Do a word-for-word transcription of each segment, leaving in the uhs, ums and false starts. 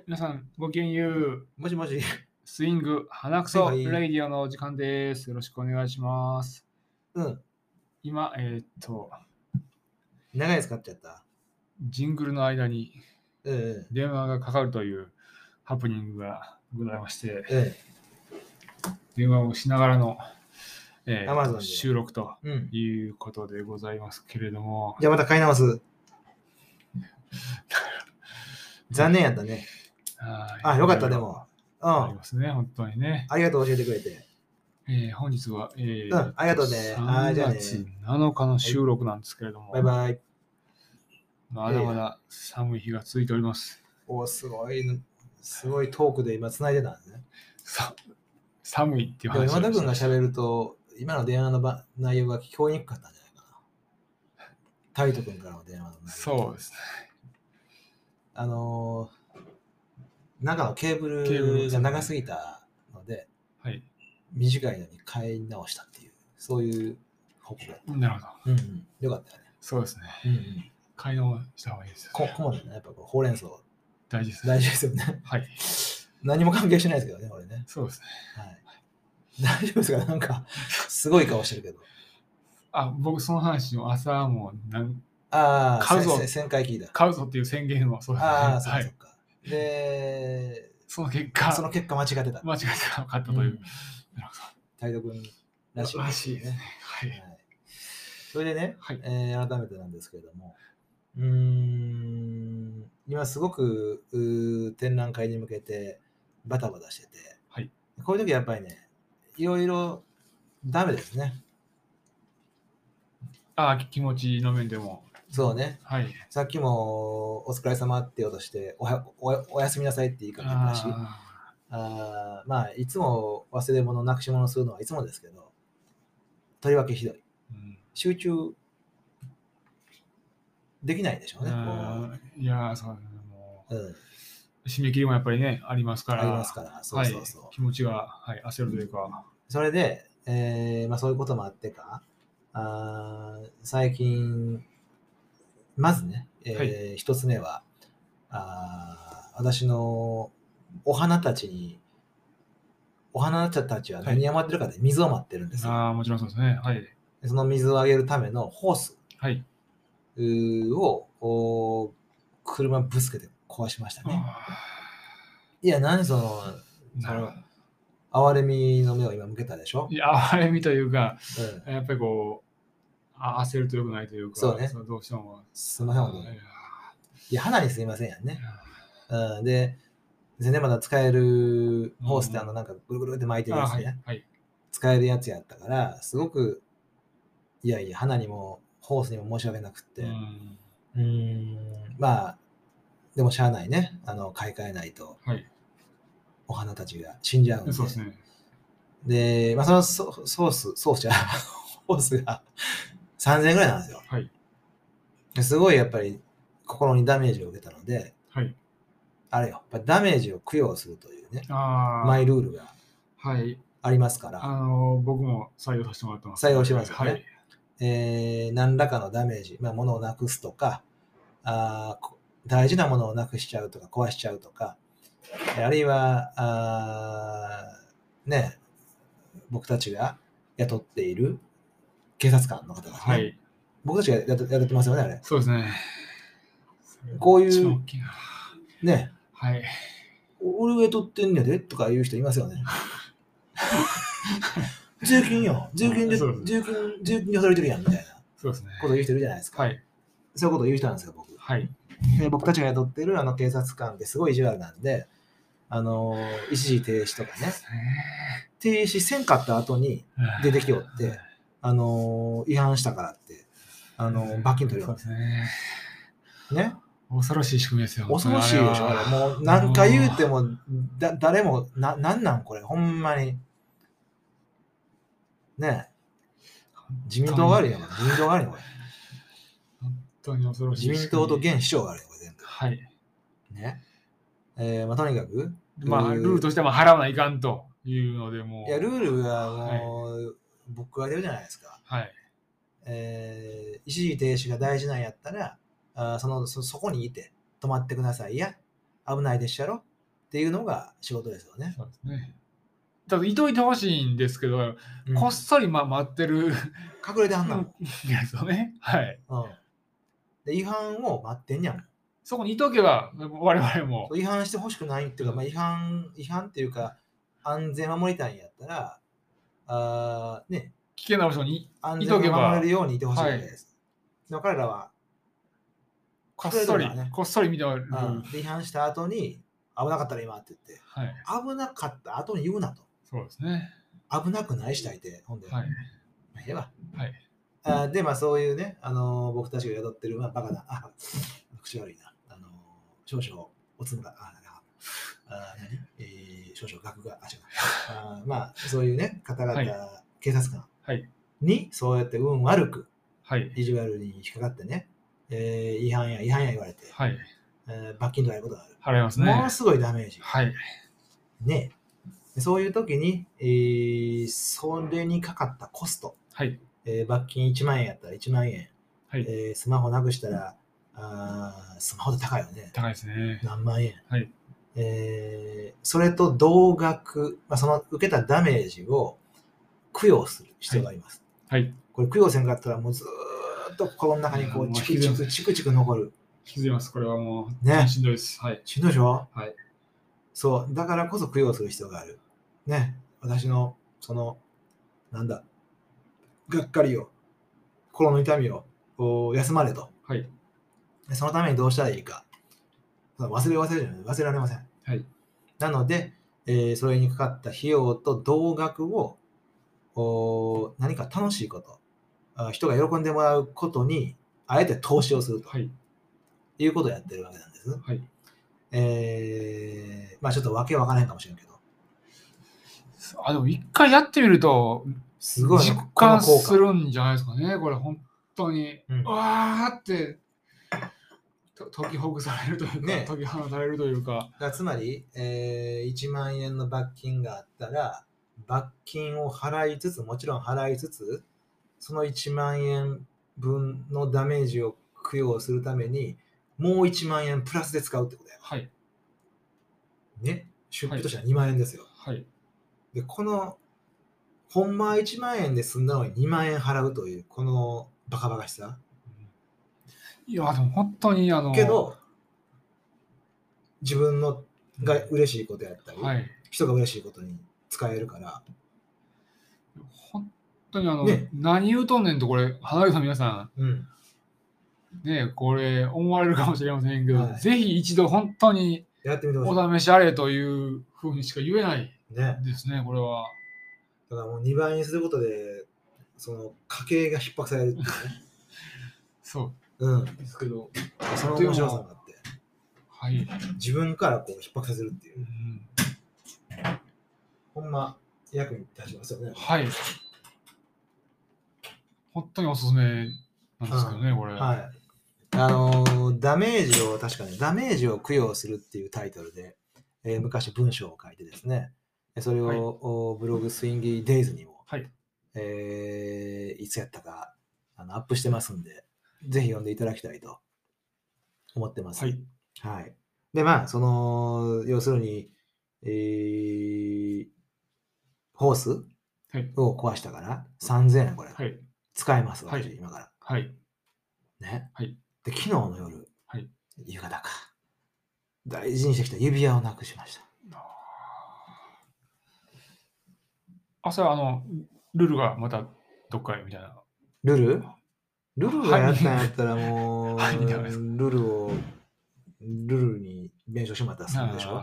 皆さん、ごきげんよう。 もしもし。 スイング花くそはいはいレイディオのお時間です。よろしくお願いします。 うん。 今、えーっと、 長いやつ買っちゃった。 ジングルの間にうんうん。 電話がかかるというハプニングがございまして、 うん。 電話をしながらの、えーっ Amazon とで収録とうん。 いうことでございますけれども、 じゃあまた買い直す。残念やったね。 はいあ、よかった、 いろいろでも。うありん。 ますね、本当にね。 ありがとう、教えてくれて。 えー本日は、えーうん、ありがとうね。は 3 い、じゃあ月ね。 なのかの収録なんですけれども、 バイバイ。 まだまだ寒い日が続いております。 お、すごい、すごいトークで今繋いでたんですね。 さ寒いっていうでも話を山田君がしてました。 喋ると、今の電話のば内容が聞こえにくかったんじゃないかな。タイト君からの電話の内容。 そうですね。 あのー、中のケーブケーブルルが長すぎたので、 はい。 短いのに買い直したっていう、そういう報告だった。 なるほど。 うんうん。よかったよね。 そうですね。 うんうん。 買い直した方がいいですよ、 こね。 こまでね、やっぱこうほうれん草大事です。 大事ですよね。 はい。 何も関係してないですけどね、俺ね。 そうですね。 はい。大丈夫ですか？なんか、すごい顔してるけど。 あ、僕その話を朝もなんああ、 買うぞせせ旋回聞いた。 買うぞっていう宣言をそうですね。 ああ、そっはい。 かそっか。で、 その結果、 その結果間違ってた。 間違ってなかったという。 うんなるほ態度君らしいど。らしいでですね。はい。 はい。それでね、 はい。 えー改めてなんですけれども、うーん、今すごくうー展覧会に向けてバタバタしてて、 はい。 こういう時やっぱりね、いろいろダメですね。 ああ、気持ちの面でも。 そうね。 はい。 さっきもお疲れ様って言おうとしておはお、おやすみなさいって言いかけたし、 ああまあ、いつも忘れ物、なくし物するのはいつもですけど、とりわけひどい。 ーうん集中できないでしょうね。こあーいやー、そうですね。もううん、 う締め切りもやっぱりね、ありますから。 ありますから、そうそうそう。 はい、気持ちが、はい、焦るというか。 それで、えーまあ、そういうこともあってか、あー最近、まずね、えーはい一つ目は、あー私のお花たちに、お花たちは何を待ってるかで水を待ってるんですよ。 ああ、もちろんそうですね。はい。 でその水をあげるためのホースはい。 うーをお車ぶつけて壊しましたね。 あいや、何その、 ーそのなるほど。 哀れみの目を今向けたでしょい。や、あれ見というか、 うん。 やっぱりこう、あ焦るとよくないというか、 そうねのどうしても。 すみません、本当に。 いやいや、花にすいませんやんーいね。 やうん。で、全然まだ使えるホースってうんあの、なんかぐるぐるって巻いてーあーはい。 るやつね。 はい。 使えるやつやったから、すごく、いやいや、花にもホースにも申し訳なくって。 ううんーん、まあ、でもしゃあないね。あの、買い替えないと、 はい。 お花たちが死んじゃうんで。 そうですね。 で、まあ、そのソソース、ソースじゃ、ホースがさんぜんえんぐらいなんですよ。 はい。 ですごいやっぱり心にダメージを受けたので、 はい。 あれよ、やっぱダメージを供養するというね、 ああ。 マイルールがはい。 ありますから、 あの、僕も採用させてもらってます。 採用しますよね。 はい。 えー、何らかのダメージ、まあ、物をなくすとか、あーこ大事なものをなくしちゃうとか、壊しちゃうとか、あるいは、あーね、僕たちが雇っている警察官の方ですね。 はい。 僕たちが雇雇ってますよね、あれ。 そうですね。 こういう一番大きいな。 ね、 はい。 俺が雇ってんねやでとか言う人いますよね。税金よ、税金で、 そうです税金、税金で働いてるやんみたいなそうですね。 こと言う人いるじゃないですか。 はい。 そういうこと言う人なんですよ、僕。 はい。 で僕たちが雇ってるあの警察官ってすごい意地悪なんで、あのー一時停止とかね、停止せんかった後に出てきよって、あのー違反したからって、あのー罰金取るよそうですね。 ね。 恐ろしい仕組みですよ。 恐ろしいでしょ、あれ。もう何回言うても、だ誰も、な、なんなんこれ、ほんまに。ね自民党が悪いよ、自民党が悪いよ、これ。 本当に恐ろしい。 自民党と現市長が悪いよ、これ全部。 はい。 ね。えー、まあ、とにかく。 まあ、ルールとしては払わないかんというので、もう。 いや、ルールはもう、はい、僕が出るじゃないですか。 はい。 えー、一時停止が大事なんやったら、あそのそ、そこにいて止まってくださいや。危ないでっしゃろ。 っていうのが仕事ですよね。 そうですね。ただ、いといてほしいんですけど、 うんこっそり、ま、待ってる隠れてはんなうんの。 ですよね。はい。 うん。で、違反を待ってんやもん。 そこにいとけば、我々もそう違反してほしくないっていうか、 うんまあ、違反、違反っていうか、安全守りたいんやったら、あーね、 危険な場所に安いとけば全が守れるようにいてほしいわはい。 けです。でも彼らはこっ隠れるそりからね、 こっそり見てる。 うん、で違反した後に、危なかったら今って言って、 はい。 危なかった後に言うなと。 そうですね。 危なくないしたいて、ほんで、 はい。 まあ、ええわ。 はい。 あで、まあそういうね、あのー僕たちが宿ってる、まあバカな、あ、口悪いな、あのー少々おつむが、あ、なんかあ何えー、少々額が、あ、違う。あまあそういうね、方々、 はい警察官はい。 にそうやって運悪くはい。 意地悪に引っかかってね、えー違反や違反や言われて、 はい。 えー罰金とかやることがある。 払いますね。 ものすごいダメージ。 はい。 ね。そういう時に、えーそれにかかったコスト、 はい。 えー罰金いちまん円やったらいちまん円、 はい。 えースマホなくしたら、あースマホって高いよね。 高いですね。 何万円。 はい。 えーそれと同額、まあ、その受けたダメージを供養する必要があります。 はい。 これ供養せんかったらもうずーっと心の中にこうんうチクチクチクチク残る。 気づきます。これはもう、 ねしんどいです。はい。 しんどいでしょはい。 そう。だからこそ供養する必要がある。ね。私の、その、なんだ、がっかりを、心の痛みをこう休まれと。 はい。 でそのためにどうしたらいいか。その忘れ忘れじゃない忘れられません。 はい。 なので、えーそれにかかった費用と同額をお何か楽しいことあ、人が喜んでもらうことに、あえて投資をするとはい。 いうことをやってるわけなんです。 はい。 えー、まあちょっとわけわからへんかもしれんけど、 あ、でも一回やってみると、 すごいね実感この効果。 するんじゃないですかね。これ、本当に。 うんうわーって、と解きほぐされるというか、 ね解き放たれるというか。 だからつまり、えー、いちまん円の罰金があったら、罰金を払いつつ、もちろん払いつつ、そのいちまん円分のダメージを供養するために、もういちまん円プラスで使うってことや。 はい。 ね。出費としてはにまん円ですよ。 はい。 で、この、ほんまはいちまん円で済んだのににまん円払うという、このバカバカしさ。 いや、でも本当に、あの、 けど、自分のが嬉しいことやったり、 はい。 人が嬉しいことに使えるから、 本当に、あの、 ね何言うとんねんと、これ、花火の皆さうん。 ん、ね、これ、思われるかもしれませんけど、 はいぜひ一度、本当にやってみてほしい。 お試しあれというふうにしか言えないね。 ですね、これは。 だからもうにばいにすることで、その家計が逼迫されるっていうね。 そうん。 うですけど、 その面白さがあって、 はい。 自分からこう逼迫させるっていうう。 ん、 ほんま役に立ちますよね。 はい。本当におすすめなんですけどね、これ。 はい。あのーダメージを、確かね、ダメージを供養するっていうタイトルで、えー昔文章を書いてですね、それを、 はいおブログスインギーデイズにも、 はい。 えーいつやったかあのアップしてますんで、ぜひ読んでいただきたいと思ってます。 はい。 はい。で、まあ、その、要するに、えーホースはい。 を壊したからさんぜんえんこれ、 はい。 使えます、 はい私、今から。 はい。 ね。 はい。 で、昨日の夜、 はい。 夕方か。大事にしてきた指輪をなくしました。 あ、それはあの、ルルがまたどっかへみたいな。 ルルルルがやったんやったらはいもう、 はいいいんじゃないですルルを、ルルに弁償してもらったらするんでしょあ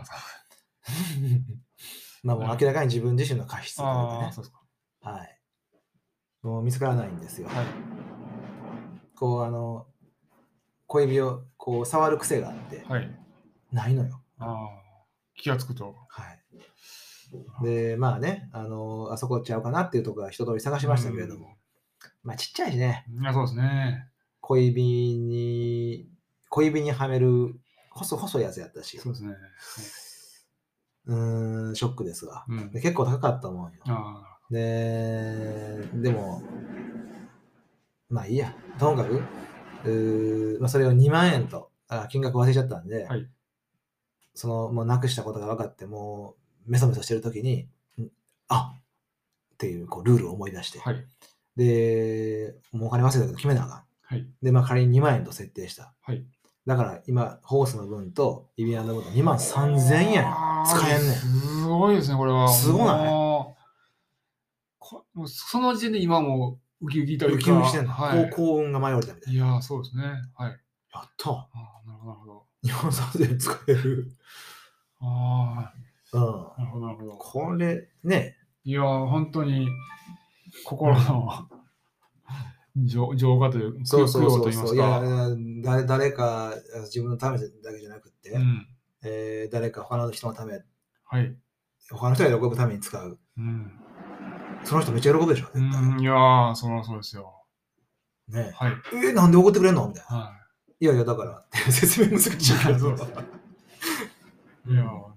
まあもう明らかに自分自身の過失というかあー、 ね。 そうですか。 はい。もう見つからないんですよ。 はい。 こうあの、小指をこう触る癖があって、 はい。 ないのよ。 ああ、気がつくと。 はい。で、まあね、あの、あそこちゃうかなっていうところは一通り探しましたけれども、まあちっちゃいしね、 うん。いや、そうですね。 小指に、小指にはめる細細いやつやったし、 そうですね。 うーん、ショックですわ。 うんで結構高かったもんよ。 あで、でも、まあいいや、ともかく、うーまあ、それをにまん円と、あ金額忘れちゃったんで、 はいその、もうなくしたことが分かって、もう、メソメソしてるときに、んあっていう、こう、ルールを思い出して、 はい。 で、もうお金忘れたけど決めなあかん。 はい。 で、まあ仮ににまん円と設定した。 はい。 だから今、ホースの分と指輪の分とにまんさんぜんえん使えんねん。 すごいですね、これは。 すごないもう、こもうその時点で今もうウキウキというか。 ウキウキしてんの。 はこう幸運が舞い降りたみたいな。 いやー、そうですね。はい。 やったああ、なるほど、なるほど。 にまんさんぜんえん使える。 あうん。 あ、なるほど、なるほど。 これ、ね。 いやー、本当に心の浄浄化という、 そうそう供養そうそう。いと言いますか。 や、誰誰か、自分のためだけじゃなくて、 うん。 えー誰か他の人のため、 はい。 他の人が喜ぶために使う。 うん。 その人めっちゃ喜ぶでしょ、 う絶対。 ん、いやー、そらそうですよ。 ねはい。 え、なんで怒ってくれんのみたいな。 はいやいや、だからって説明難しいけど。 そうですい。いやー、でも。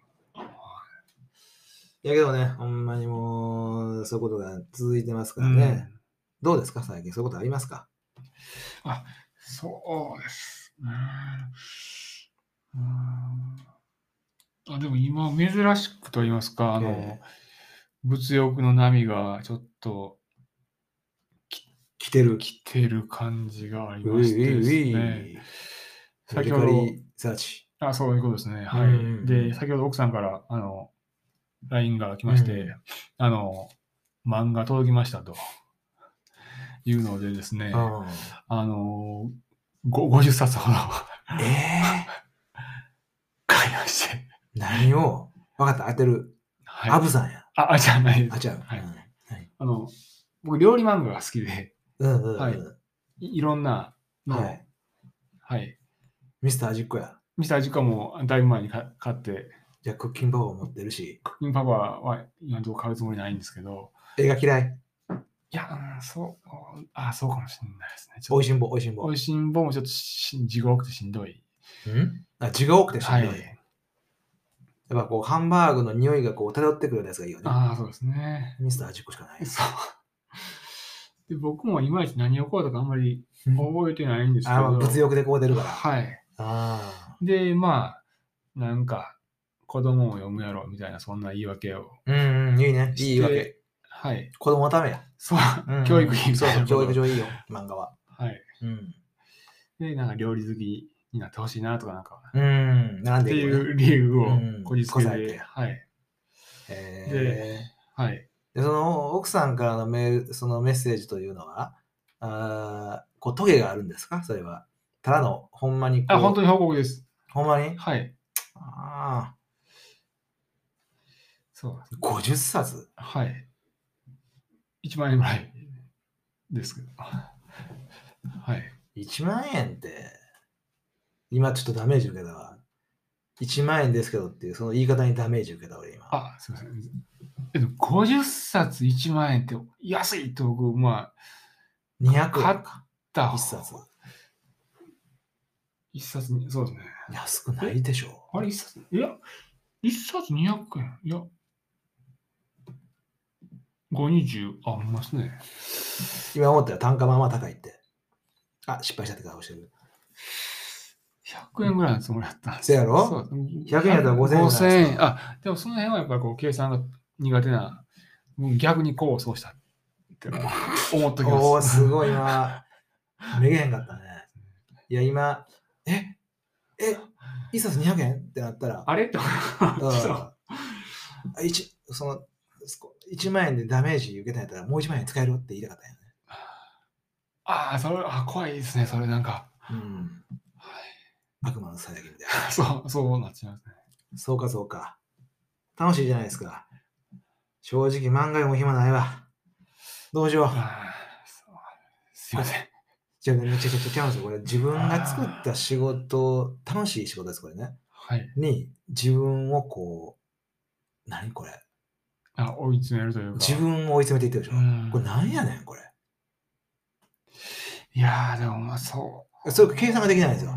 いやけどね、ほんまにもう、そういうことが続いてますからうね。 ん。 どうですか、最近そういうことありますか？ あ、そうですね。うーん。あ、でも今珍しくと言いますか、あの、 ええ物欲の波がちょっと来てる。 来てる感じがありうましてですいね。 ういメ先ほど、 ルカリサーチ。 あ、そういうことですね。はうんうんうい。 んで、先ほど奥さんから、あの、ライン が来ましうんて、あの、漫画届きましたというのでですね、 ああの、ごごじゅっさつほどええ買いまして。 何を分かった、当てる。 はい。 アブさんや。 あ、あ、じゃないです。 あ、違う。 はい。 うんはいあの、僕、料理漫画が好きで、 うんうんうん。 はいいいろんなのを、 ははい。 い。ミスター味っ子や。 ミスター味かもだいぶ前にか買って、 じゃあ、クッキンパパ持ってるし。 クッキンパパは今のところ買うつもりないんですけど、 映画嫌い。 いや、うん、そう、あ、そうかもしれないですね。ちょっおいしんぼ、おいしんぼ。 とおいしんぼもちょっとし地獄てしんどい。 んあ、字が多くてしんどい。 はい。 やっぱこう、ハンバーグの匂いがこう、漂ってくるやつがいいよね。 ああ、そうですね。 ミスター味っ子しかない。 そう。で僕もいまいち何を買うとかあんまりうん覚えてないんですけあ、 ど。 まあ物欲でこう出るから。 はい。 ああ。 で、まあ、なんか、子供を読むやろみたいな、そんな言い訳をうんうん、いいね。いいして、 言い訳。 はい。 子供のためや。 そう、 うんうん教育費みそうそう、 たいなこと教育上いいよ、漫画は。 はい。 うん。 で、なんか料理好きになってほしいなとか、なんか、 うん、なんってでいいよね。 いう理由をうんこじつけて、 こさえてはい。 へで、はい。 で、その奥さんからのメール、そのメッセージというのは、あーこう、トゲがあるんですかそれは。ただの、ほんまにこう、 あ、本当に報告です。 ほんまにはい。 ああ、 そうです。 ごじゅっさつ。 はい。いちまんえんぐらいですけど。はい。 いちまんえんって、今ちょっとダメージ受けたわ。いちまんえんですけどっていう、その言い方にダメージ受けた俺今。 あ、すみません。えでもごじゅっさついちまんえんって安いと僕、まあ、 にひゃくえ買っんか。 たいっさつ。 一冊に、そうですね。 安くないでしょあれ、一冊、いや、一冊にひゃくえん。いや、ごにじゅう、あ、ほんまですね。 今思ったら単価まあまあ高いって。あ、失敗したって顔してる。 ひゃくえんぐらいのつもりだったんですせやろそう。 ひゃくえんやったらごせんえんじゃないですかごせんえん。あ、でもその辺はやっぱりこう計算が苦手な、もう逆にこうそうしたって思っときます。 おお、すごいな。めげへんかったね。いや、今、ええ一冊にひゃくえんってなったら、 あれって思いましたうん一そのいちまん円でダメージ受けたんやったらもういちまん円使えるって言いたかったんやね。 ああ、それ、あ、怖いですね、それなんか。 うん。 はい、 悪魔のさやぎみたいな。 そう、そうなっちゃいますね。 そうか、そうか。楽しいじゃないですか。正直漫画読む暇ないわ。どうしよう。 ああそうすいません。 じゃあ、めちゃくちゃちゃうんですよ。これ、自分が作った仕事、楽しい仕事です、これね。 はい。 に、自分をこう、何これ。 あ、追い詰めるというか。 自分を追い詰めていってるでしょ。 うんこれなんやねん、これ。 いやー、でもまあそう。 そういう計算ができないんですよ。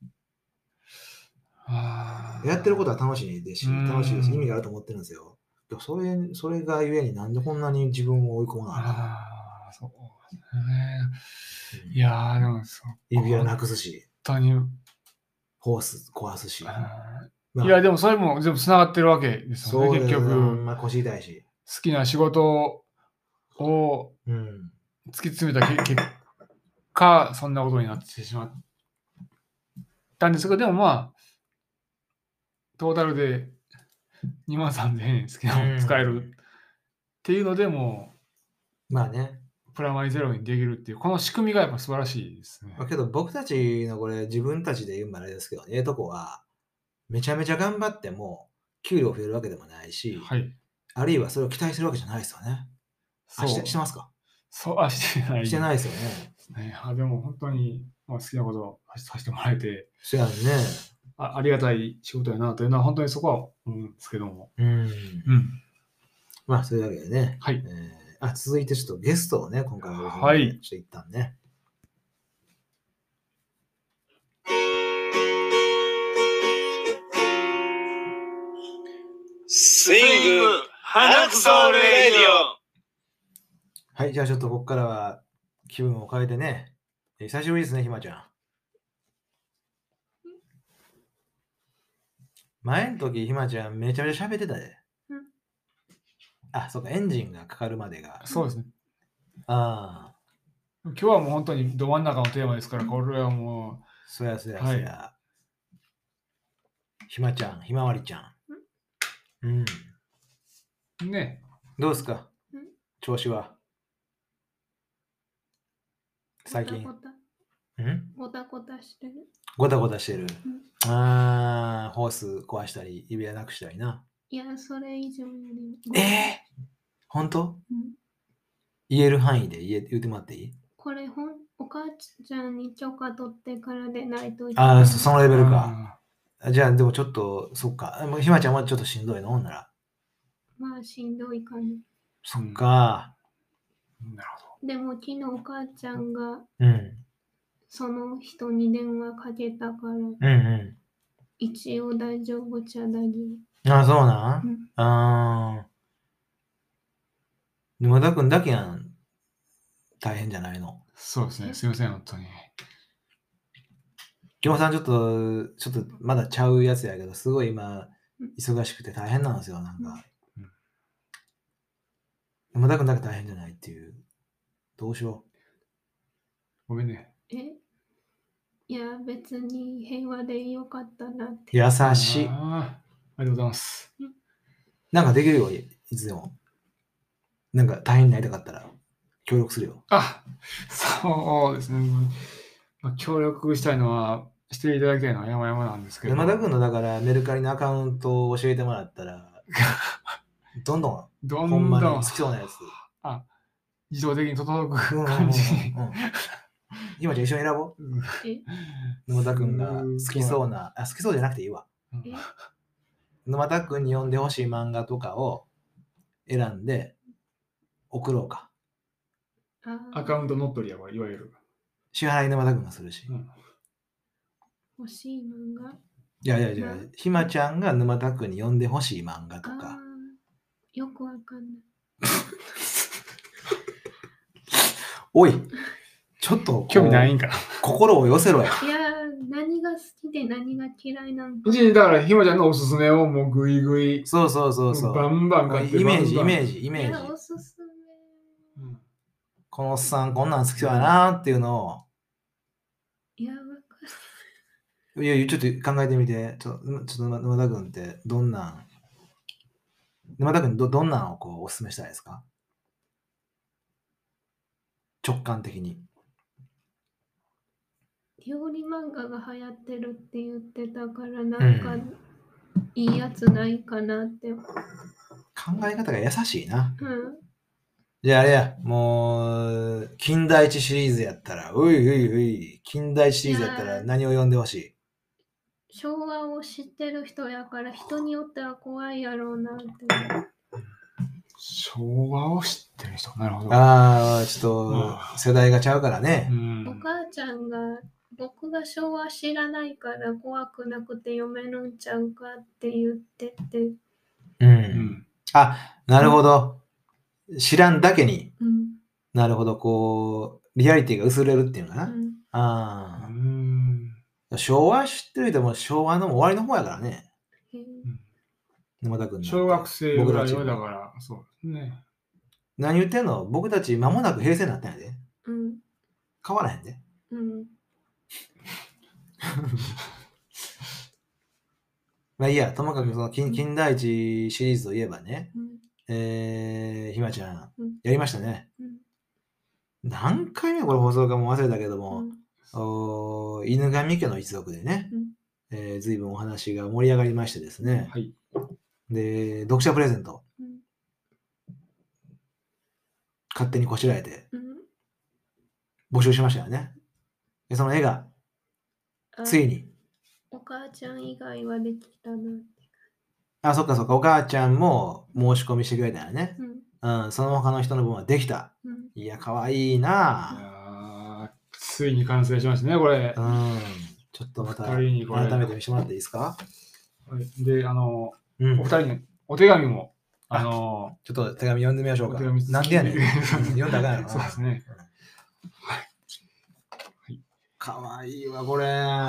あーやってることは楽しいですし、 うん楽しいです。意味があると思ってるんですよ。でもそれ、それがゆえになんでこんなに自分を追い込まなあかんのああ、そうですね。いやー、でもそう。 指輪なくすし、 本当に、 ホース壊すし。 あまあいや、でもそれも全部つながってるわけですよね、結そうですね。 局。 まあ腰痛いし。 好きな仕事をうん。 突き詰めた結果、そんなことになってしまったんですが、でもまあ、トータルでにまんさんぜんえん好きなもの使えるっていうのでもまあね。 う、プラマイゼロにできるっていう、この仕組みがやっぱ素晴らしいですね。 まあ、けど僕たちのこれ自分たちで言うのもあれですけど、ええとこは、めちゃめちゃ頑張っても給料増えるわけでもないし、 はい。 あるいはそれを期待するわけじゃないですよね。あ、してそう。 してますか？ そう、あ、してない。 してないですよね。 ね。あ、でも本当に、まあ、好きなことをさせてもらえて、 そうやんね。 あありがたい仕事やなというのは本当にそこは思うんですけども。 うん。 うん。 まあ、そういうわけでね。 はいえーあ、続いてちょっとゲストをね、今回ははいちょっと一旦ね。 スイング花くそレディオ。 はい、じゃあちょっとここからは気分を変えてね。えー久しぶりですね、ひまちゃん。前の時、ひまちゃんめちゃめちゃ喋ってたで。 うんあ、そうか、エンジンがかかるまでが。 そうですね。 ああ、 今日はもう本当にど真ん中のテーマですから、これはもそやそやはいそや。ひまちゃん、ひまわりちゃん。うん。 う、ね、 どうですかうん調子は。最近ゴ。タんゴタゴタしてる。 ごたごたしてる。 うんああ、ホース壊したり、指輪なくしたりな。 いや、それ以上より。 ええー、ほんとうん言える範囲で言え言ってもらっていいこれほん、お母ちゃんに許可取ってからでないといけない。 ああ、そそのレベルか。 あじゃあ、でもちょっと、そっか。もうひまちゃんはちょっとしんどいのほんなら。 まあ、しんどいかな。 そっか。 ーなるほでも、昨日お母ちゃんがうん。 その人に電話かけたから、 うんう一応大丈夫ちゃ大丈ん。ああ、そうな夫。うんんああ。沼田くんだけやん。大変じゃないの。 ど。そうですね。すいません、本当に。 きょうさんちょっと、ちょっとまだちゃうやつやけど、すごい今うん、 忙しくて大変なんですよ、なんかうん。 沼田くんだけ大変じゃないっていう。どうしよごめんね。 えいや、別に平和でよかったなっう。 て。 優しい。 あーありがとうございます。 なんかできるよ、いいつでも。なんか大変になりたかったら、協力するよ。 あ、そうですね。まあ、協力したいのは、していただきたいのは山々なんですけど。 沼田くんのだからメルカリのアカウントを教えてもらったら、どんどん、 どんほんまにどん好きそうなやつ。 あ、自動的に届くうんうんうんうん感じに。 今じゃあ一緒に選ぼう。 うんえ沼田くんが好きそうな、あ、好きそうじゃなくていいわ。 うんえ沼田くんに読んでほしい漫画とかを選んで送ろうか。 あアカウント乗っ取りや、これ、いわゆる。 支払い沼田くんがするし。 うん欲しい漫画。 いやいやいやな、 ひまちゃんが沼田くんに読んでほしい漫画とあか。 ーよくわかんない。 おい、ちょっとこう興味ないんかな。 心を寄せろや。 いやー、何が好きで何が嫌いなのか。 うちだから、ひまちゃんのおすすめをもうぐいぐい、 そうそうそうそう。 バンバン買ってイメージ、 バンバンイメージ、イメいや、 ージ。 おすすめ。 うんこのおっさんこんなん好きだなっていうのを、 いや、わかいやいや、ちょっと考えてみて。ちょちょっと沼沼田君ってどんなん、沼田君どどんなんをこうおすすめしたいですか直感的に。 料理漫画が流行ってるって言ってたから、なんかいいやつないかなって。 考え方が優しいな。 うん。 じゃああれや、もう、金田一シリーズやったら、ういういうい、金田一シリーズやったいやーら何を読んでほしい昭和を知ってる人やから人によっては怖いやろうなって。 昭和を知ってる人。なるほど。 ああ、ちょっあと世代がちゃうからうね。 おん。 母ちゃんが僕が昭和知らないから怖くなくて読めるんちゃうかって言ってて。 う。 うんん。 あ、なるほど。知らんだけに、 うん。 なるほど、こう、リアリティが薄れるっていうのかな。 うん、 あうん。 あ。昭和知ってる人も昭和の終わりの方やからね。 へー沼田君なんて小学生ぐらいは僕たちだから、そうですね。 何言ってんの？僕たち間もなく平成になったんやで。 うん。 変わらへんで。 うん。 まあいいや、ともかくその金金田一シリーズといえばね、 うん。 えー、ひまちゃん、 うんやりましたね。 うん。 何回目これ放送かも忘れたけどうも、 ん。 お犬神家の一族でね、 うんえー、随分お話が盛り上がりましてですね、 はい。 で、読者プレゼント、 うん。 勝手にこしらえてうん。 募集しましたよね。でその絵が、 あついに、 お母ちゃん以外はできたなって。 あ、そっかそっか、お母ちゃんも申し込みしてくれたよね。 うん。 うん、その他の人の分はできた。 うん。 いや、かわいいいなやーついに完成しましたね、これ。 ぁ。うん、ちょっとまた二人にこれ改めて見せてもらっていいですか？ はいで、あの、 うんお二。人にお手紙も、あの、 ちょっと手紙読んでみましょうか。 お手紙なんでやねん。うん読んだらあかんやろな。 そうですね。 かわいいわ、これ。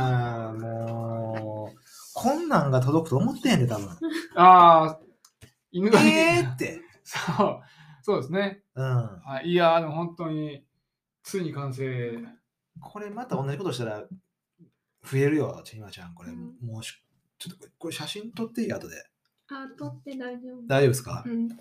もう、こんなんが届くと思ってへんで、多分。 ああ、犬が、 えーって。 そう、そうですね。 うん。 はい、いやー、でも本当に、ついに完成。 これまた同じことしたら増えるよ、ちひまちゃん。これ、 うんもうし、ちょっとこれこれ写真撮っていい後で。 あ、撮って大丈夫。 大丈夫ですか？ うん。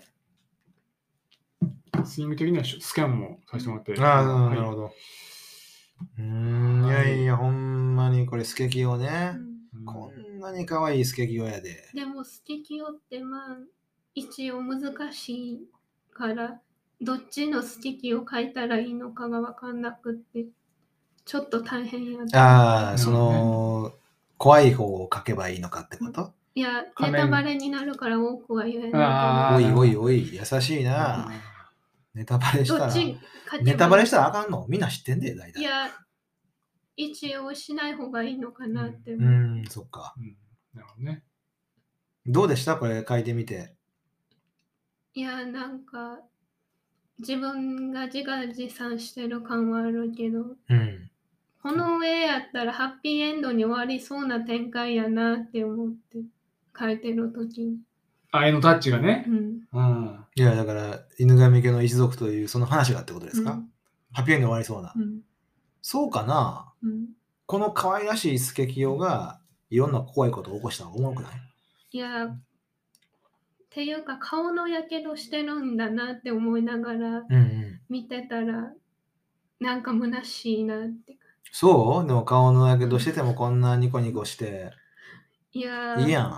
スイング的にはスキャンもさせてもらって。 ああ、 はいなるほど。うーん、いやいや、ほんまにこれ、スケキヨね。 うんうんこんなに可愛いスケキヨやで。 でも、ステキヨってまあ、一応難しいから、どっちのステキを書いたらいいのかが分かんなくって、ちょっと大変やった。 ああ、そなるほの、怖い方を書けばいいのかってこと？ いや、 仮面ネタバレになるから多くは言えあーないおいおいおい、優しいな。ネタバレけど。どしたら、 っち書けばいいネタバレしたらあかんの？みんな知ってんで、大体。 いや、一応しない方がいいのかなってう思う。 ーん、そっか。 うんなるほどね。 どうでしたこれ書いてみて。 いや、なんか、自分が自画自賛してる感はあるけど、 うん。 この上やったらハッピーエンドに終わりそうな展開やなって思って書いてるときに。 あ、絵のタッチがねう。ん。 うん。 いや、だから、犬神家の一族というその話がってことですか？ うんハッピーエンド終わりそうな。 うんそうかな？ うん、 この可愛らしいスケキヨがいろんな怖いことを起こしたのがおもろくない？ いや、っていうか顔のやけどしてるんだなって思いながらうんうん。 見てたら、なんか虚しいなって。 そうでも顔のやけどしててもこんなニコニコして、 いやーいいやん。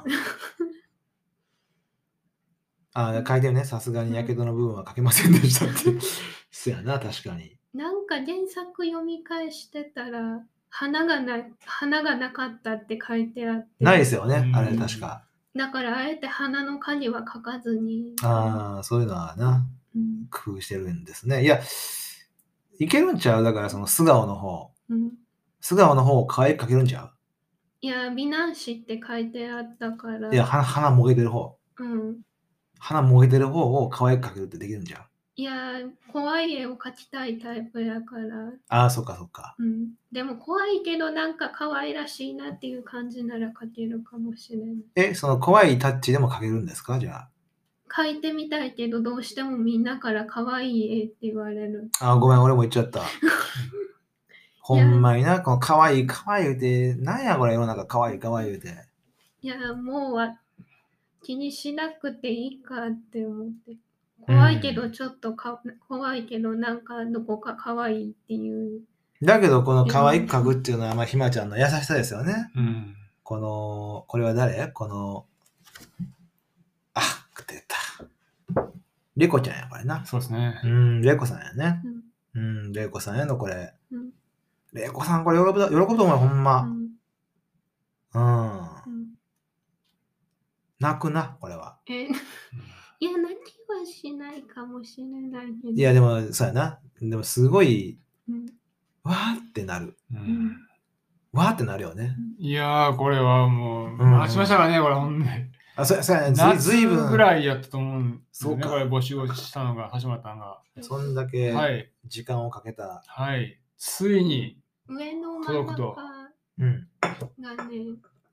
あ、書いてるね。さすがにやけどの部分は書けませんでしたって。そやな、確かに。 なんか原作読み返してたら、花がな花がなかったって書いてあって。 ないですよねう、んあれ確か。 だからあえて花の影は描かずに。 ああ、そういうのはな、 うん工夫してるんですね。いや、いけるんちゃう？だからその素顔の方。 うん、 素顔の方を可愛く描けるんちゃいや、美男子って書いてあったから。 う？いや、鼻、鼻もげてる方。 うん。 鼻もげてる方を可愛く描けるってできるんちゃう？ いや、怖い絵を描きたいタイプやから。 ああ、そっかそっか。 うん。でも怖いけどなんか可愛らしいなっていう感じなら描けるかもしれない。 え、その怖いタッチでも描けるんですか？じゃ描いてみたいけどどうしてもみんなから可愛い絵って言われる。 あ。あー、ごめん、俺も言っちゃった。ほんまにな、この可愛い可愛い言うて、なんやこれ世の中可愛い可愛い言うて。 いや、もうは気にしなくていいかって思って。怖いけどちょっとか、怖いけどなんかどこか可愛いっていう。 だけど、この可愛く描くっていうのは、まあ、ひまちゃんの優しさですよね。 うん。 この、これは誰？この、あ、出た。レコちゃんや、これな。 そうですねう。ん、レコさんやね。 うんうん、レコさんやの、これ。 うんレコさん、これ喜ぶだ、喜ぶと思うよ、ほんうま。 んうん。 うん泣くな、これは。 え、いや、泣きはしないかもしれないけど。 いや、でも、そうやな。でも、すごい、 うんわーってなる。 ううんんわーってなるよね。 いやー、これはもう、 ん待ちましたからね、これ、ほんで。 あ、そうや、そうや、ず夏ずいぶん。 ぐらいやったと思うんですよね、 そうかこれ募集をしたのが、始まったのが。 そんだけはい。 時間をかけた。 はい。ついに、 上の真ん届くと中うん。 がね、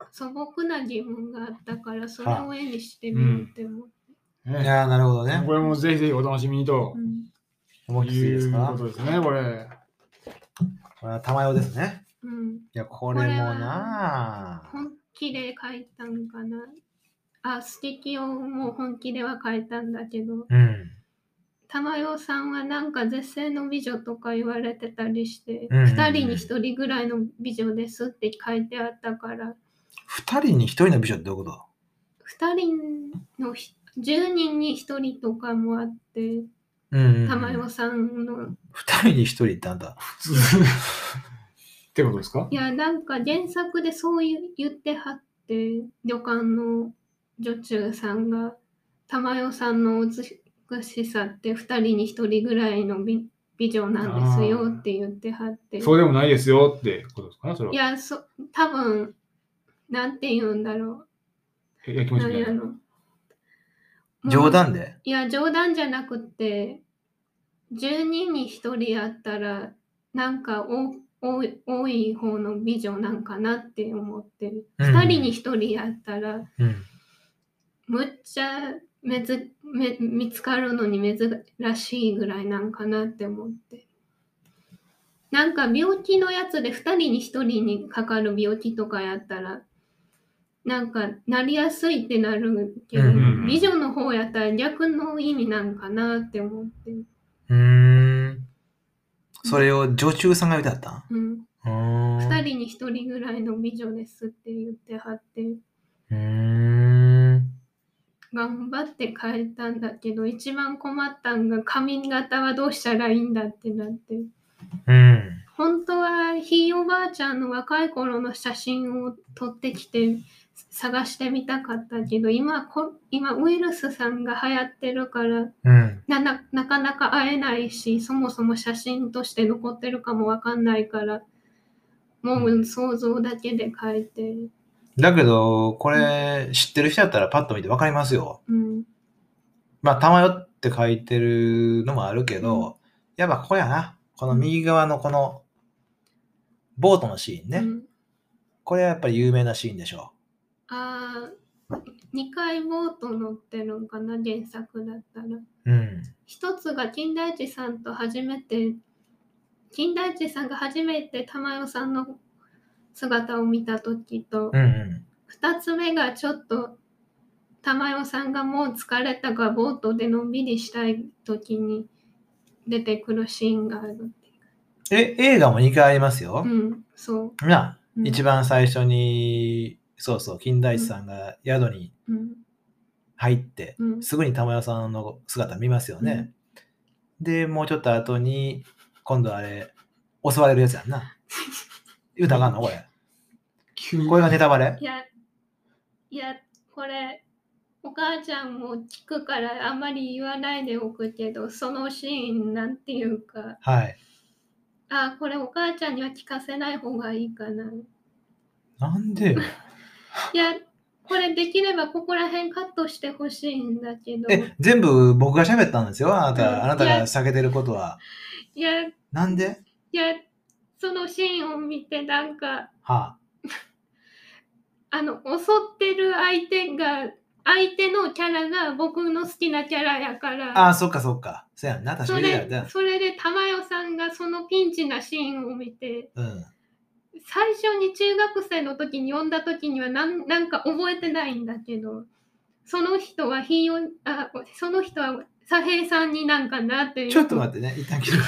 素朴な疑問があったからそれを絵にしてみようって思って、 ねいやー、なるほどね。 これもぜひぜひお楽しみにとうん思いついいですいうかことですね、これ。 これは玉代ですね。 うん、 いや、これもな本気で描いたんかな。あ、スティキをもう本気では描いたんだけど、 うん。 玉代さんはなんか絶世の美女とか言われてたりして、 うんうんうんふたりにひとりぐらいの美女ですって書いてあったから、 二人に一人の美女ってどういうことふたりのひじゅうにんにひとりとかもあって、 うんうん玉代さんの、 二人に一人ってあんた。 普通ってことですか？ いやなんか原作でそういう言ってはって、旅館の女中さんが玉代さんの美しさってふたりにひとりぐらいの 美, 美女なんですよって言ってはって、 そうでもないですよってことですかね、それは。 いやそ多分なんて言うんだろえやきう、 もちみたいな。 なんやろ、もう冗談でいや冗談じゃなくてじゅうにんにひとりやったらなんかお多い多い方の美女なんかなって思ってる、 うんふたりにひとりやったらうん。 むっちゃめずめ見つかるのに珍しいぐらいなんかなって思って、なんか病気のやつでふたりにひとりにかかる病気とかやったらなんかなりやすいってなるけど、 うんうんうん美女の方やったら逆の意味なんかなって思って、 うーん。それを女中さんが言ってあったんうん、 うーん。 ふたりにひとりぐらいの美女ですって言ってはって、 うーん。 頑張って変えたんだけど一番困ったんが髪型はどうしたらいいんだってなって、 うん。 本当はひいおばあちゃんの若い頃の写真を撮ってきて探してみたかったけど、今こ今ウイルスさんが流行ってるからうん。 な, な, なかなか会えないし、そもそも写真として残ってるかもわかんないからもう想像だけで描いて、 だけど、これ知ってる人だったらパッと見てわかりますよ。 うんまあ、たまよって書いてるのもあるけど、 うんやっぱここやな。この右側のこのボートのシーンね。 うん、 これはやっぱり有名なシーンでしょあーにかいボート乗ってるんかな原作だったら。 う。うん。 一つが金田一さんと初めて金田一さんが初めて玉代さんの姿を見た時と、 うんうん。 二つ目がちょっと玉代さんがもう疲れたからボートでのんびりしたい時に出てくるシーンがあるっていう。 え、映画もにかいありますよ。 うんそう、 な、 うん、 一番最初に、そうそう、金田一さんが宿にうん入って、 うんすぐに玉代さんの姿見ますよね。で、もうちょっと後に、今度あれ、襲われるやつやんな。言うたらあかんのこれ。 急にこれがネタバレいやいやこれお母ちゃんも聞くからあんまり言わないでおくけど、そのシーンなんていうか、 はい。 あこれお母ちゃんには聞かせない方がいいかな。 なんでよ。 いやこれできればここら辺カットしてほしいんだけど、 え、全部僕が喋ったんですよ。あなた、 うんあなたが避けてることは。 いやいなんでやそのシーンを見てなんかはあの襲ってる相手が相手のキャラが僕の好きなキャラやから、 あ。ああ、そっかそっか。そうやんな。確そかに言うたられそれで玉代さんがそのピンチなシーンを見て、 うん。 最初に中学生の時に読んだ時にはなんなんか覚えてないんだけど、その人はひいおあその人は左平さんになんかなっていう。 ちょっと待ってね。一旦切るね。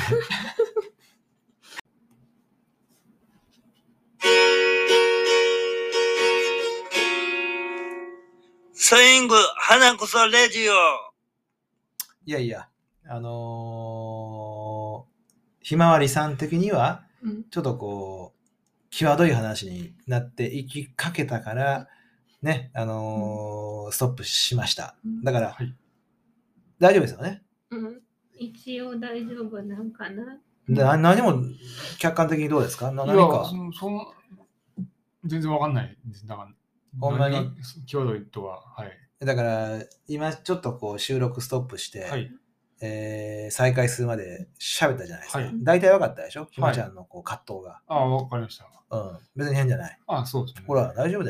スイング花こそレディオ。 いやいや、あのー、ひまわりさん的には、 うんちょっとこう、際どい話になっていきかけたから、ね、あのーストップしました。だから、 はい大丈夫ですよね。 うん、一応大丈夫なんかな。 でな何も客観的にどうですかない何やかそ。のその全然わかんないです。だからほんまに何が際どいとは、はい。 だから、今ちょっとこう収録ストップして、 はい。 えー再開するまで喋ったじゃないですか。 はい大体分かったでしょひまちゃんのこう葛藤が。 ああ、わかりました。 うん。別に変じゃない。 ああ、そうですね。 ほら、大丈夫だよ。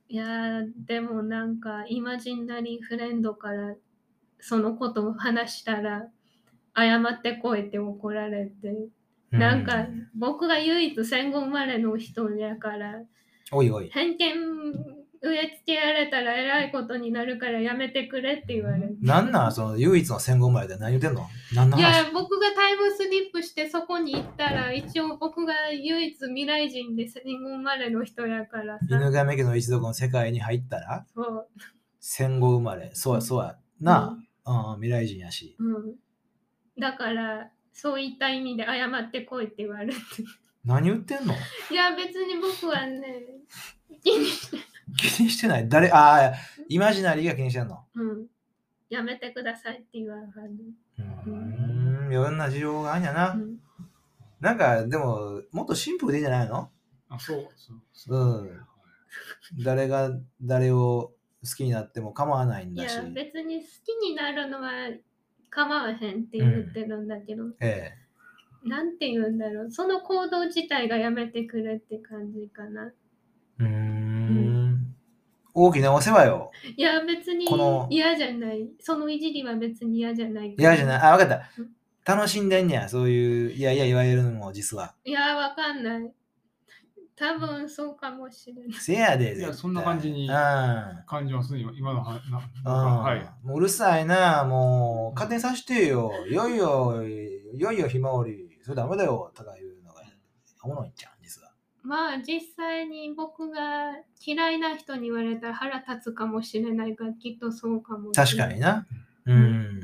いやーでもなんかイマジナリーフレンドからそのことを話したら謝ってこいって怒られて、なんかうん僕が唯一戦後生まれの人やからおいおい。 偏見植え付けられたらえらいことになるからやめてくれって言われて。 なんなんその唯一の戦後生まれで何言ってんの何のい話や僕がタイムスリップしてそこに行ったら一応僕が唯一未来人で戦後生まれの人やからさ。 犬神家の一族の世界に入ったらそう。 戦後生まれ。そうやそうや。なあ、うん、未来人やし。 うん。だからそういった意味で謝ってこいって言われて。 何言ってんのいや別に僕はね気にして気にしてない誰ああ、イマジナリーが気にしてんのうんやめてくださいって言われる。 うーん、いろんな事情があるんやな。 うん、 なんか、でも、もっとシンプルでいいんじゃないのあ、そうそうそうう。 ん。誰が誰を好きになっても構わないんだし。 いや別に好きになるのは構わへんって言ってるんだけど、 ええ。 なんて言うんだろう、その行動自体がやめてくれって感じかな。 うーん。大きなお世話よ。 いや別にこの嫌じゃない。そのいじりは別に嫌じゃない。 嫌じゃない。あ、わかったうん。 楽しんでんねや。そういう、いやいや言われるのも実は。 いやわかんない。多分そうかもしれない。 せやで、 いや、 絶対そんな感じにうん。 感じますね、今今の話。なうんはい。 もううるさいな、もう勝手にさしてよ。いよいよ、いよいよひまわり、それダメだよ、とかいうのがおもろいんちゃう、実は。 まあ実際に僕が嫌いな人に言われたら腹立つかもしれないがきっとそうかもしれない。 確かにな。ううんん。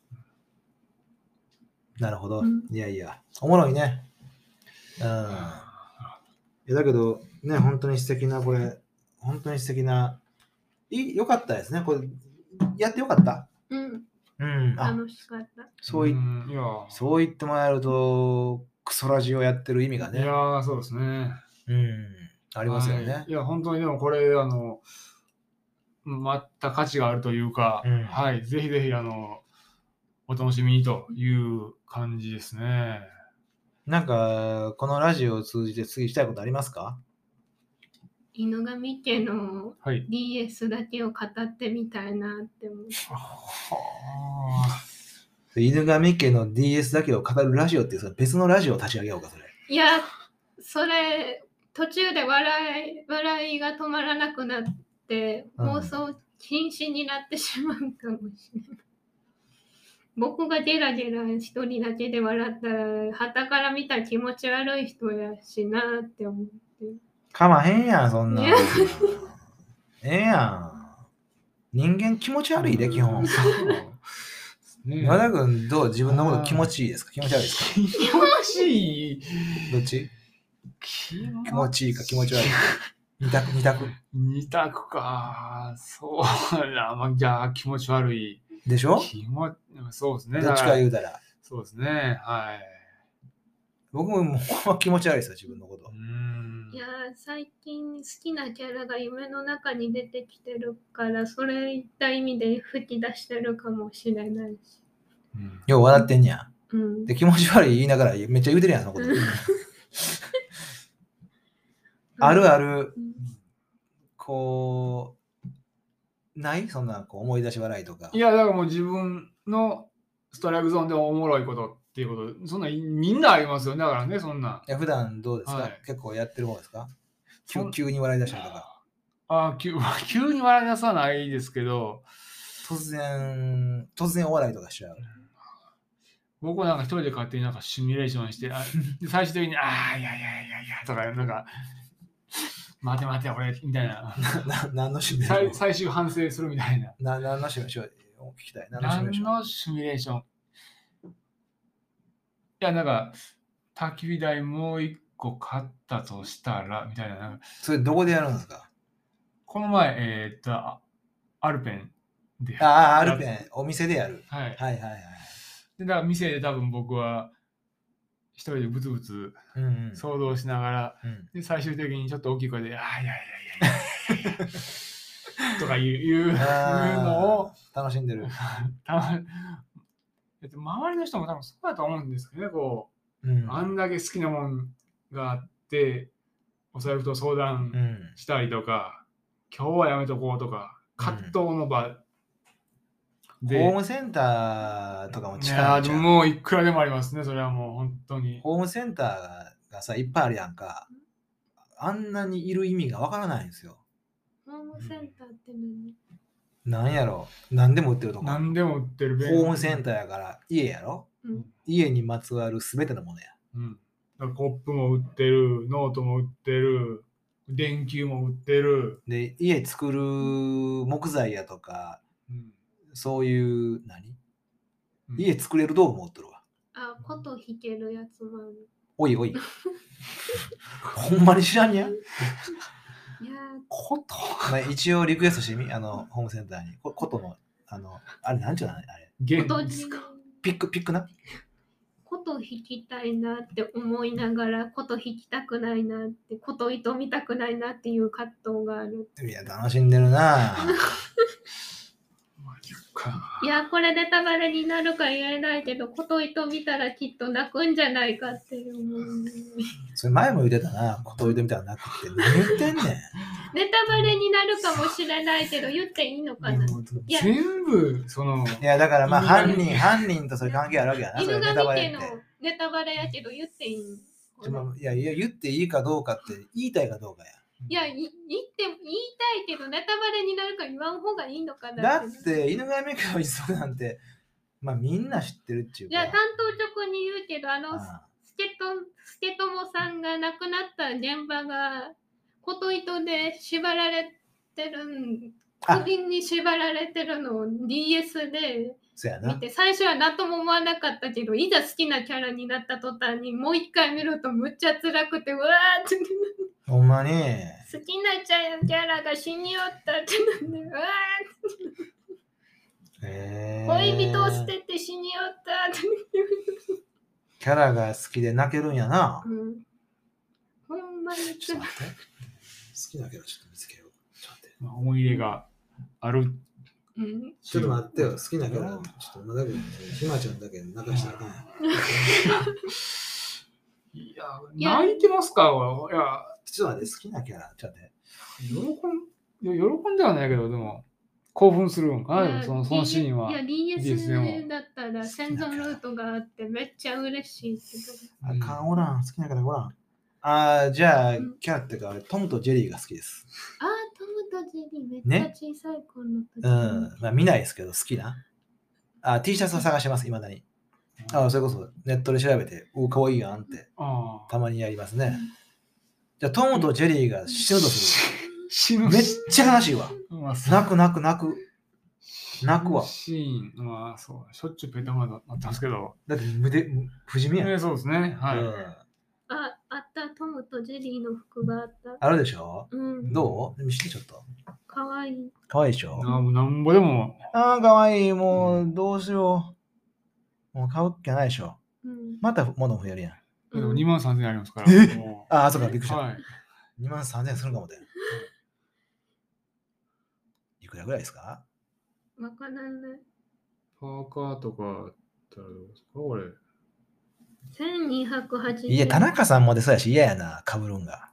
なるほど。 うんいやいや、おもろいね。うん。いやだけど、ね、本当に素敵な、これ、本当に素敵な、いよかったですね。これ、やってよかったうん、 うん。あ、 楽しかった。 そうい、 んいや、 そう言ってもらえると、クソラジオやってる意味がね。 いや、そうですね。 うん。ありますよね。 はいいや、本当にでもこれ、あの、また価値があるというか、 うんはい、ぜひぜひ、あの、お楽しみにという感じですね。 なんか、このラジオを通じて次したいことありますか犬神家のはい。 ディーエス だけを語ってみたいなって思う。 は犬神家の ディーエス だけを語るラジオっていうその別のラジオを立ち上げようか、それ。 いや、それ途中で笑い笑いが止まらなくなってうん放送禁止になってしまうかもしれない。僕がゲラゲラ一人だけで笑ったら旗から見たら気持ち悪い人やしなって思って。 かまへんやん、そんなんいや。 ええやん。人間気持ち悪いで、基本。 ね和田君、どう自分のこと気持ちいいですか気持ち悪いですか気持ちいい。 どっち気気持ちいいか気持ち悪いか。二択、二択。 二択か。そうな、まあ、じゃあ気持ち悪い。 でしょ気持そうですね。 どっちか言うたら。 そうですね。はい。 僕ももうほんま気持ち悪いですよ、自分のことう。んいや最近好きなキャラが夢の中に出てきてるからそれいった意味で吹き出してるかもしれないし、 うんよう笑ってんねや。 うん、 で、気持ち悪い言いながらめっちゃ言うてるやん、そのこと。あるある、 うんこう、ないそんなこう思い出し笑いとか。 いや、だからもう自分のストライクゾーンでおもろいことっていうこと、そんなみんなありますよね。だからね、そんな。 いや普段どうですか、 はい結構やってる方ですかそん急急に笑い出したりとか。 あ急急に笑い出さないですけど、 突然、突然お笑いとかしちゃう。 僕はなんか一人で勝手になんかシミュレーションして、あで最終的に、ああ、いやいやいやいやとか、なんか、待て待て、俺、みたいな。 な何のシミュレーション最最終反省するみたいな。 な何のシミュレーション聞きたい。何のシミュレーション何のシミュレーションいや、なんか、焚き火台もう一個買ったとしたら、みたいな。なんかそれどこでやるんですかこの前、えーっと、あアルペンで。 ああ、アルペン、お店でやる。 はい。 はいはいはい。 で、だから店で多分僕は、一人でブツブツうんうん想像しながら、 うんで、最終的にちょっと大きい声で、ああ、いやいやいやいやいやとかいういうあーのを、 楽しんでる。 たまえっと周りの人も多分そうだと思うんですけどね、こうんう、あんだけ好きなもんがあって、お財布と相談うんしたりとか、 今日はやめとこうとか、葛藤の場で。 ホームセンターとかもい近やーでいんちゃう。 ももういくらでもありますね、それはもう本当に。 ホームセンターがさ、いっぱいあるやんか。あんなにいる意味がわからないんですよ。 ホームセンターって何？ なんやろ、何でも売ってるとこ。 何でも売ってるホームセンターやから家やろ、 うん、 家にまつわるすべてのものや。 うん。だからコップも売ってる、ノートも売ってる、電球も売ってる。 で、家作る木材やとか、 うんそういう何、 うん、 家作れる道具も売ってるわ。 あ、琴弾けるやつもある。 おいおい。ほんまに知らんやん。 いやこと、 まあ、一応リクエストしてみ、あの、ホームセンターに。こことの、あの、あれなんちゅうのあれ。 弦琴ですか。 ピック、ピックな。 琴弾きたいなって思いながら琴弾きたくないなって琴糸見たくないなっていう葛藤がある。 いや、楽しんでるなマジか。 いやこれネタバレになるか言えないけど琴糸見たらきっと泣くんじゃないかって思う。 それ前も言ってたな。こと言ってみたらなくって。何言ってんねん。 ネタバレになるかもしれないけど言っていいのかな。 でもいや全部そのいや、だからまあ、 犬神犯人、犯人とそれ関係あるわけやな。それ犬ネタバレって神家の。ネタバレやけど言っていいの？ ちょまあいや、いや、言っていいかどうかって言いたいかどうかや。 いやい言って言いたいけどネタバレになるから言わん方がいいのかなだって、犬神家の一族なんて、まあみんな知ってるっていうか。 いや担当直に言うけどあのああスケトスケトモさんが亡くなった現場が琴糸で縛られてるんあ首に縛られてるのを ディーエス でそうやな見。て最初は何とも思わなかったけどいざ好きなキャラになった途端にもう一回見るとむっちゃ辛くてうわーってほんまに。 好きなキャラが死によったってなんでうわへーー恋人を捨てて死によったってキャラが好きで泣けるんやな。 うんほんまにちょっと待って。好きなキャラちょっと見つけよう。ちょっと待って。 まあ思い入れがある。 うんちょっと待ってよ。好きなキャラ、ちょっとまだけど、ひまちゃんだけ泣かしたらあかんやん。 いや、 いや泣いてますか？いや、 ちょっと待って、好きなキャラ、ちょっと待って。 喜ん、いや喜んではないけど、でも、興奮するのかな、でもそのそのシーンは。 いや ディーエディーエス でもス だったら生存ルートがあってめっちゃ嬉しいけど。 あかん、おらん。好きなキャラおらん。あー、じゃあうん、 キャラっていうか、俺トムとジェリーが好きです。 あー、トムとジェリーめっちゃ小さい子の時、 うん。まあ見ないですけど、好きな。あ、T シャツを探してます、いまだに。あ、それこそネットで調べて、おかわいいやんって、 ああ。 たまにやりますね。じゃあ、トムとジェリーが死ぬとす死ぬる。めっちゃ悲しいわ。 まあ、そう泣く泣く泣く。泣くわ。 シーン、まあそう、しょっちゅうペタマだったんですけど。 だって無で、不死身やん。 ね、そうですね。はい。 うんあ、あった、トムとジェリーの服があった。 あるでしょうん。 どう見してちょっと。 かわいい。 かわいいでしょななんぼでも、 ああ、かわいい。もう、どうしよう。もう買うっきゃないでしょ。 うん。 また物増えるやん。 でもうんにまんさんぜんえんありますから。 えもああ、そうか、びっくりした。 うはい。 にまんさんぜんえんするかもだよ。いくらぐらいですか？ わからない。 パーカーとかあったらどうですかこれ。 せんにひゃくはちじゅう。 いや、田中さんもでそうやし嫌やな、かぶるんが。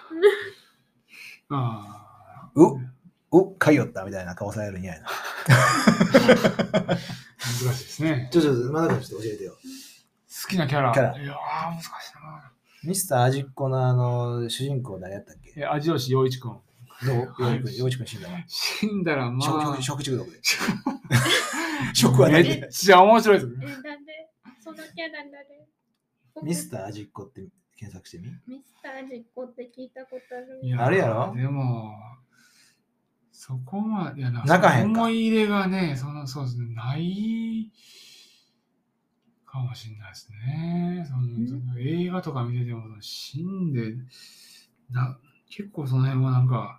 ああ。 うお、買いよったみたいな顔されるん嫌やな。 難しいですね。 ちょ、ちょ、まだかちょっと教えてよ。 好きなキャラ。 キャラいやー、難しいな。 ミスター味っ子のあの、主人公誰やったっけ？ え、味吉陽一くん。 どうはい洋一くん死んだの？ 死んだらま食あ食、食中毒で。食はめ何でっちゃ面白いですえ、 ね。 なんで、そのキャラ誰？ ミスター味っ子って検索してみ。 ミスター実行って聞いたことある。 いやーあれやろでも、そこまで、いやな、 泣かへんか思い入れがね、その、そうですね、ないかもしれないですね。そのんその映画とか見てても、死んで、な結構その辺はなんか、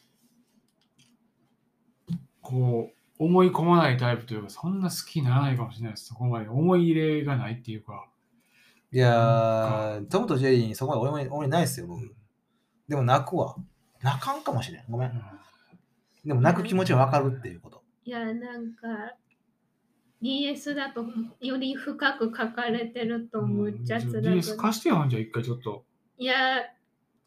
こう、思い込まないタイプというか、そんな好きにならないかもしれないです。そこまで思い入れがないっていうか。 いやー、トムとジェリーにそこまで俺も俺ないっすよ、僕。でも泣くわ。泣かんかもしれん。ごめん。でも泣く気持ちはわかるっていうこと。 いや、なんか、ディーエス だとより深く書かれてるとむっちゃ辛くディーエス 貸してよ、じゃあ一回ちょっと。 いや、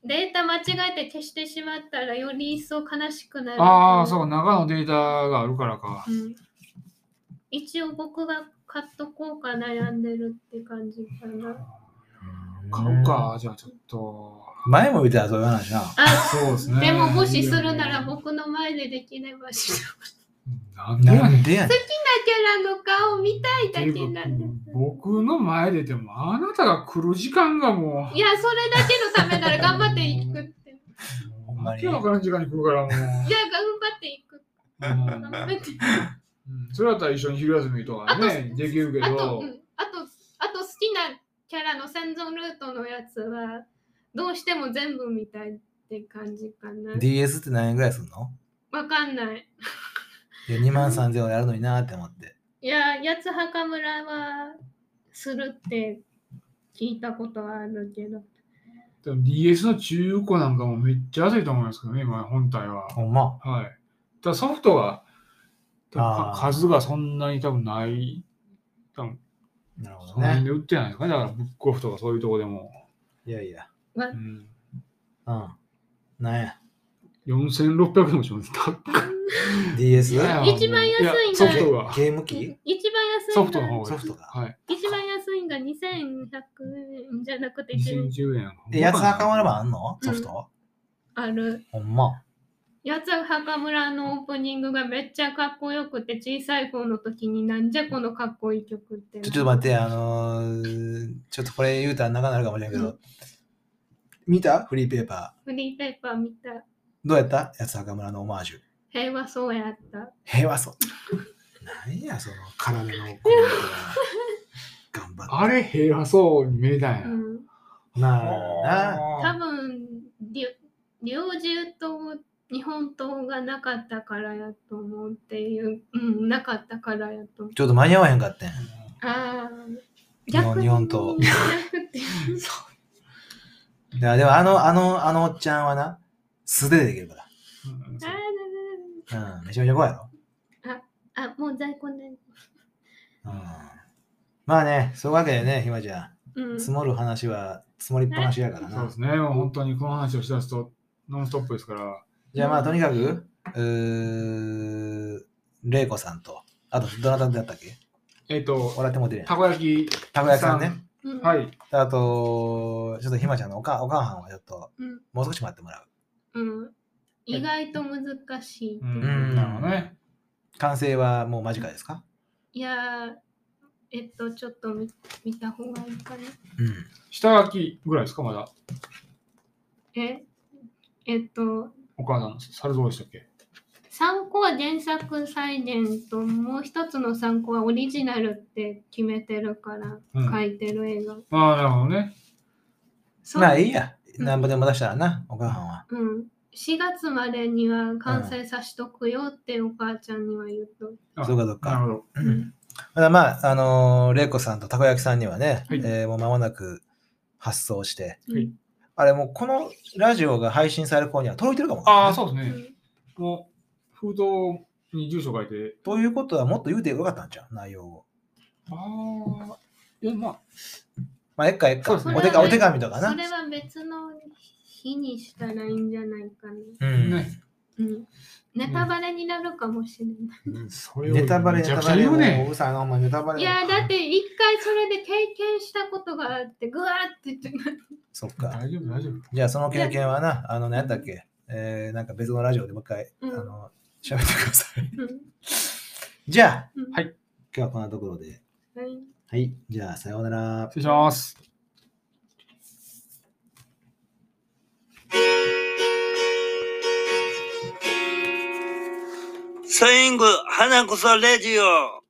データ間違えて消してしまったらより一層悲しくなる。 ああ、そうか、中のデータがあるからかう。ん。一応僕が買っとこうか悩んでるって感じかな。 買うか、じゃあちょっと。 前も見たらそういう話な。 あ、 そうですね。 でももしするなら僕の前でできればしろ。 なんでやねん。 なんでやねん。 キャラの顔見たいだけなんです。 僕の前ででも、あなたが来る時間がもう。 いや、それだけのためなら頑張っていくって。 ほんまにわけわからん時間に来るからもう。 いや、頑張っていく。 うん頑張って。 うんそれだったら一緒に昼休みとかね、できるけあと、 どう。ん、あと、あと好きなキャラの生存ルートのやつは、どうしても全部見たいって感じかな。 ディーエス って何円ぐらいすんの？ わかんない。 いや、にまんさんぜんえんやるのになーって思って。 いや、八つ墓村はするって聞いたことはあるけど。 でも ディーエス の中古なんかもめっちゃ安いと思いますけどね、今本体は。 ほんま。 はい。ただソフトが、多分かあー数がそんなに多分ない、多分なるほどその辺ね。 で売ってないですかね。だからブックオフとかそういうとこでも。 いやいや。 わうん、 うん。なんや。 よんせんろっぴゃくえんもします。高っディーエス？ いや一番安いんがやソフトが。 ゲーム機？ 一番安いソんがフトの方がソフトがはい。 一番安いんがにせんひゃくえんじゃなくてにせんじゅうえん。 え、八つ墓村版あんの？ソフト？ ある。 ほんま。 八つ墓村のオープニングがめっちゃかっこよくて、小さい方の時になんじゃこのかっこいい曲って。 ちょちょっと待って、あのー、ちょっとこれ言うたら長くなるかもしれんけど、 うん見た？フリーペーパフリーペーパー見た。 ー。どうやった？八つ墓村のオマージュ。 平和そうやった。 平和そう。何や、その体のコメントが。頑張って。 あれ平和そうに見えたんや。 うん。 まあな。 多分、りょ猟銃と日本刀がなかったからやと思うっていう、うん、なかったからやと思う。 ちょっと間に合わへんかったん。 ああ、 日本日本刀逆って。 いやでもあの、あの、あのおっちゃんはな、素手でできるかうんそうら。うん、めちゃめちゃ怖いやろ。 あ、もう在庫ない。 うん。まあね、そういうわけでね、ひまちゃうんん、積もる話は積もりっぱなしやからなそうで。すね。もう本当にこの話をしだすとノンストップですから。 じゃあまあとにかく、うー、れいこさんと、あとどなただったっけ？ えっ、と、 俺は手持ってるやん。 たこ焼きたこ焼きさんね。 うんはい。 あと、ちょっとひまちゃんのおかお母さんはちょっと、 うんもう少し待ってもらう。 うん、意外と難しいってういう。 ん、なるほどね。 完成はもう間近ですか？ いやー、えっと、ちょっと見見た方がいいかな。 うん。 下書きぐらいですか、まだ。 ええっと、 お母さん、猿像でしたっけ？ 参考は原作再現と、もう一つの参考はオリジナルって決めてるから、 うん書いてる映画。 ああ、なるほどね。 そうまあいいや。 うんなんぼでも出したらな、お母さんは。 うん、しがつまでには完成さしとくよってお母ちゃんには言うと。 あそうかそうかなるほど。 うん。ただまあ、あのー、れいこさんとたこ焼きさんにはね、 はいえーもう間もなく発送して、 はいあれもうこのラジオが配信される頃には届いてるかもね、 ああ、そううですね。 んもう、封筒に住所書いて。 ということはもっと言うてよかったんちゃう内容を。 ああ、いや、まあ、 まあ、えっかえっか。 そうですねお手かお手紙とかな。 それは別の日にしたらいいんじゃないかな。 うんね。 うん、ネタバレになるかもしれない。 それをネタバレ、ネめちゃくちゃタバレもう言うね。 うさいな、お前ネタバレ。 いや、だって一回それで経験したことがあって、ぐわーって言って、 そっか。 大丈夫、大丈夫。 じゃあその経験はな、あの、何やったっけ、えー、なんか別のラジオでもう一回、 うんあの、喋ってください。 うんじゃあ、 うんはい今日はこんなところで。 はいはい。じゃあ、さようなら。 失礼します。 スイング花こそレディオ